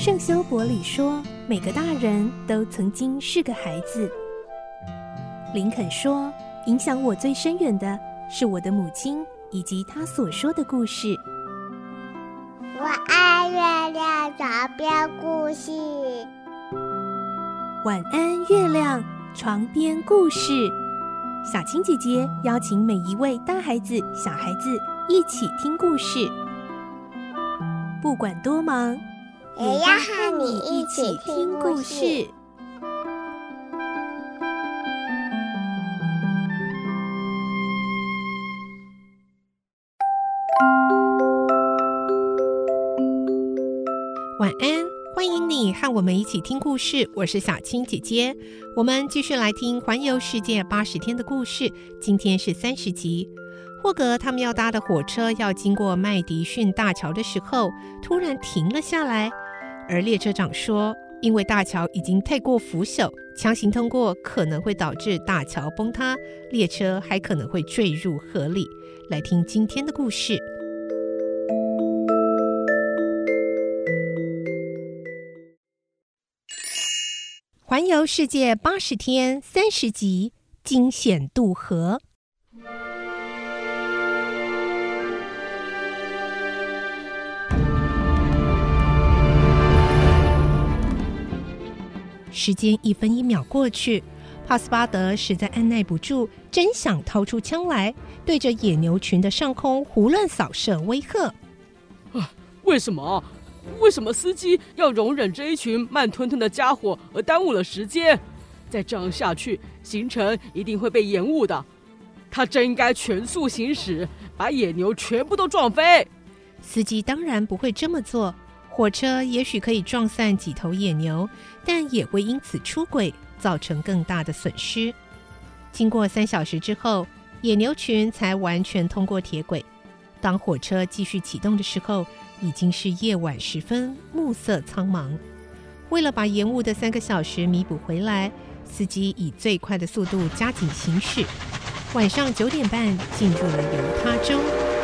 圣修伯里说，每个大人都曾经是个孩子。林肯说，影响我最深远的是我的母亲以及她所说的故事。 我爱月亮床边故事。 晚安，月亮床边故事。小青姐姐邀请每一位大孩子、小孩子一起听故事，不管多忙， 也要和你一起听故事。 晚安，欢迎你和我们一起听故事，我是小青姐姐。我们继续来听环游世界80天的故事，今天是30集。霍格他们要搭的火车要经过麦迪逊大桥的时候，突然停了下来，而列车长说，因为大桥已经太过腐朽，强行通过可能会导致大桥崩塌，列车还可能会坠入河里。来听今天的故事。环游世界80天30集，惊险渡河。时间1分1秒过去，帕斯巴德实在按耐不住，真想掏出枪来，对着野牛群的上空胡乱扫射威吓。 为什么司机要容忍这一群慢吞吞的家伙而耽误了时间？再这样下去，行程一定会被延误的。他真应该全速行驶，把野牛全部都撞飞。 司机当然不会这么做，火车也许可以撞散几头野牛，但也会因此出轨，造成更大的损失。经过3小时之后，野牛群才完全通过铁轨。当火车继续启动的时候，已经是夜晚时分，暮色苍茫。为了把延误的3个小时弥补回来，司机以最快的速度加紧行驶。晚上9点半进入了犹他州。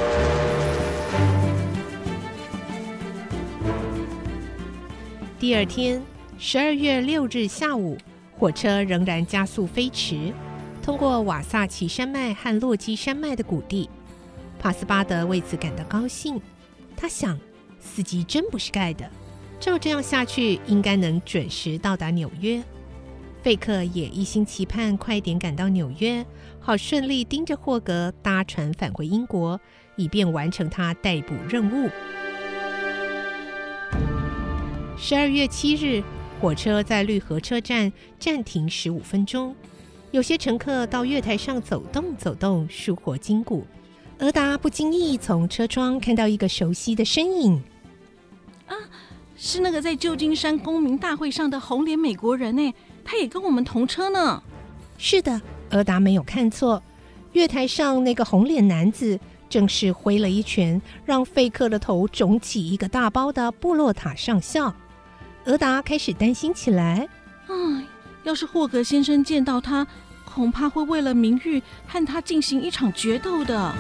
第二天12月6日下午，火车仍然加速飞驰，通过瓦萨奇山脉和洛基山脉的谷地。帕斯巴德为此感到高兴，他想，司机真不是盖的，照这样下去应该能准时到达纽约。费克也一心期盼快点赶到纽约，好顺利盯着霍格搭船返回英国，以便完成他逮捕任务。12月7日，火车在绿河车站暂停15分钟，有些乘客到月台上走动，舒活筋骨。俄达不经意从车窗看到一个熟悉的身影。 是那个在旧金山公民大会上的红脸美国人耶，他也跟我们同车呢。 是的，俄达没有看错，月台上那个红脸男子正是挥了一拳，让费克的头肿起一个大包的布洛塔上校。俄达开始担心起来， 要是霍格先生见到他，恐怕会为了名誉和他进行一场决斗的。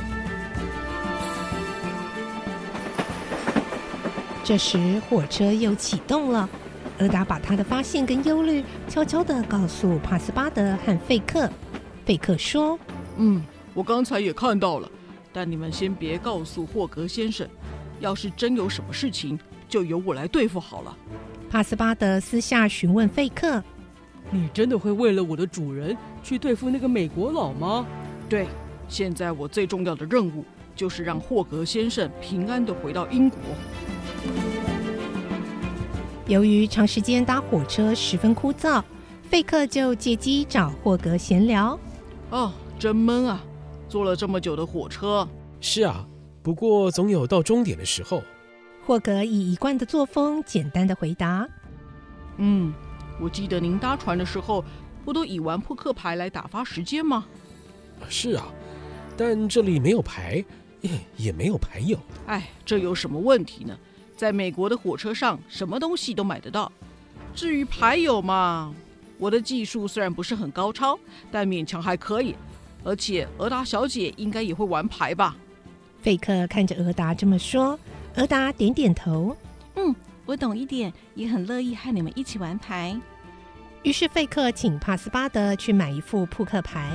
这时火车又启动了，俄达把他的发现跟忧虑悄悄地告诉帕斯巴德和费克。费克说， 我刚才也看到了，但你们先别告诉霍格先生，要是真有什么事情，就由我来对付好了。 帕斯巴德私下询问费克， 你真的会为了我的主人去对付那个美国佬吗？对，现在我最重要的任务就是让霍格先生平安地回到英国。 由于长时间搭火车十分枯燥，费克就借机找霍格闲聊。 真闷啊，坐了这么久的火车。 是啊，不过总有到终点的时候。 霍格以一贯的作风简单的回答， 我记得您搭船的时候不都以玩扑克牌来打发时间吗？ 是啊，但这里没有牌，也没有牌友。 这有什么问题呢？在美国的火车上什么东西都买得到，至于牌友嘛，我的技术虽然不是很高超，但勉强还可以，而且俄达小姐应该也会玩牌吧。 费克看着俄达这么说，俄达点点头。 我懂一点，也很乐意和你们一起玩牌。 于是费克请帕斯巴德去买一副扑克牌。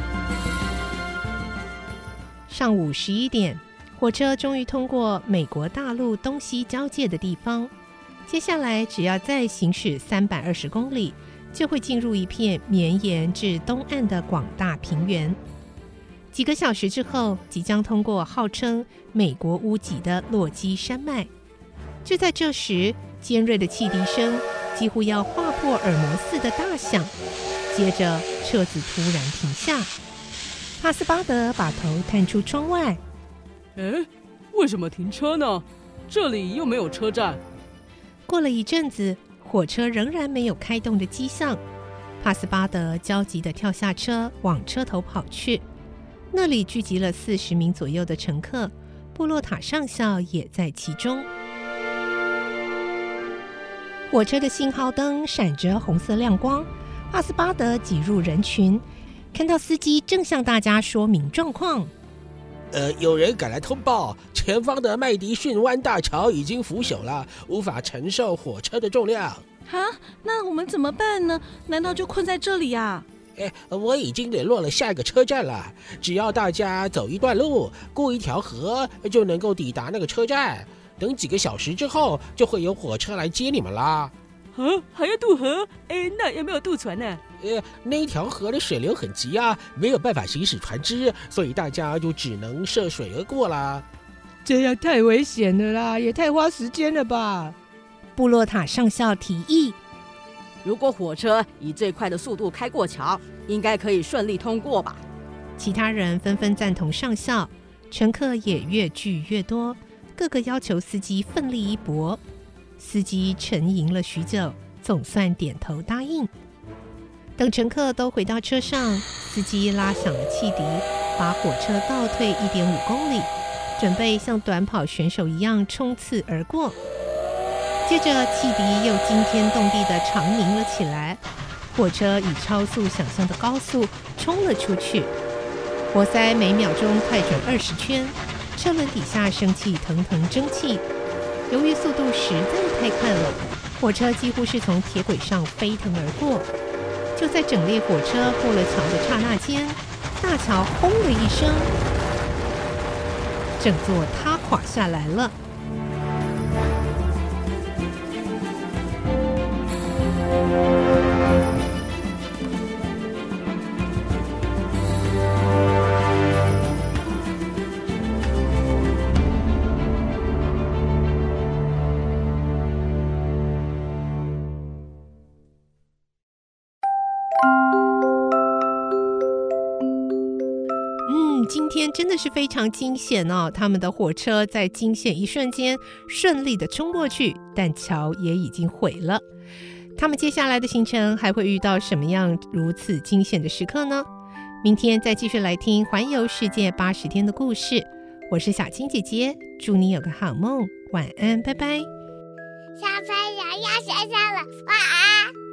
上午11点，火车终于通过美国大陆东西交界的地方。接下来只要再行驶320公里，就会进入一片绵延至东岸的广大平原。几个小时之后，即将通过号称美国屋脊的落基山脉。就在这时，尖锐的汽笛声几乎要划破耳膜似的大响，接着车子突然停下。帕斯巴德把头探出窗外， 为什么停车呢？这里又没有车站。 过了一阵子，火车仍然没有开动的迹象。帕斯巴德焦急地跳下车，往车头跑去。那里聚集了40名左右的乘客，布洛塔上校也在其中。火车的信号灯闪着红色亮光，帕斯巴德挤入人群，看到司机正向大家说明状况。 有人赶来通报，前方的麦迪逊湾大桥已经腐朽了，无法承受火车的重量。 哈，那我们怎么办呢？难道就困在这里啊？ 我已经联络了下一个车站了，只要大家走一段路，过一条河，就能够抵达那个车站。等几个小时之后，就会有火车来接你们啦。 还要渡河？那有没有渡船呢？ 那条河的水流很急啊，没有办法行驶船只，所以大家就只能涉水而过啦。 这样太危险了啦，也太花时间了吧？ 布洛塔上校提议， 如果火车以最快的速度开过桥，应该可以顺利通过吧。 其他人纷纷赞同上校，乘客也越聚越多，个个要求司机奋力一搏。司机沉吟了许久，总算点头答应。等乘客都回到车上，司机拉响了汽笛，把火车倒退1.5公里，准备像短跑选手一样冲刺而过。接着汽笛又惊天动地地长鸣了起来，火车以超速想象的高速冲了出去，活塞每秒钟快转20圈，车轮底下升起腾腾蒸汽。由于速度实在太快了，火车几乎是从铁轨上飞腾而过。就在整列火车过了桥的刹那间，大桥轰的一声，整座塌垮下来了。今天真的是非常惊险哦！他们的火车在惊险一瞬间顺利的冲过去，但桥也已经毁了。他们接下来的行程还会遇到什么样如此惊险的时刻呢？明天再继续来听环游世界80天的故事。我是小青姐姐，祝你有个好梦，晚安，拜拜。 小朋友要睡觉了，晚安。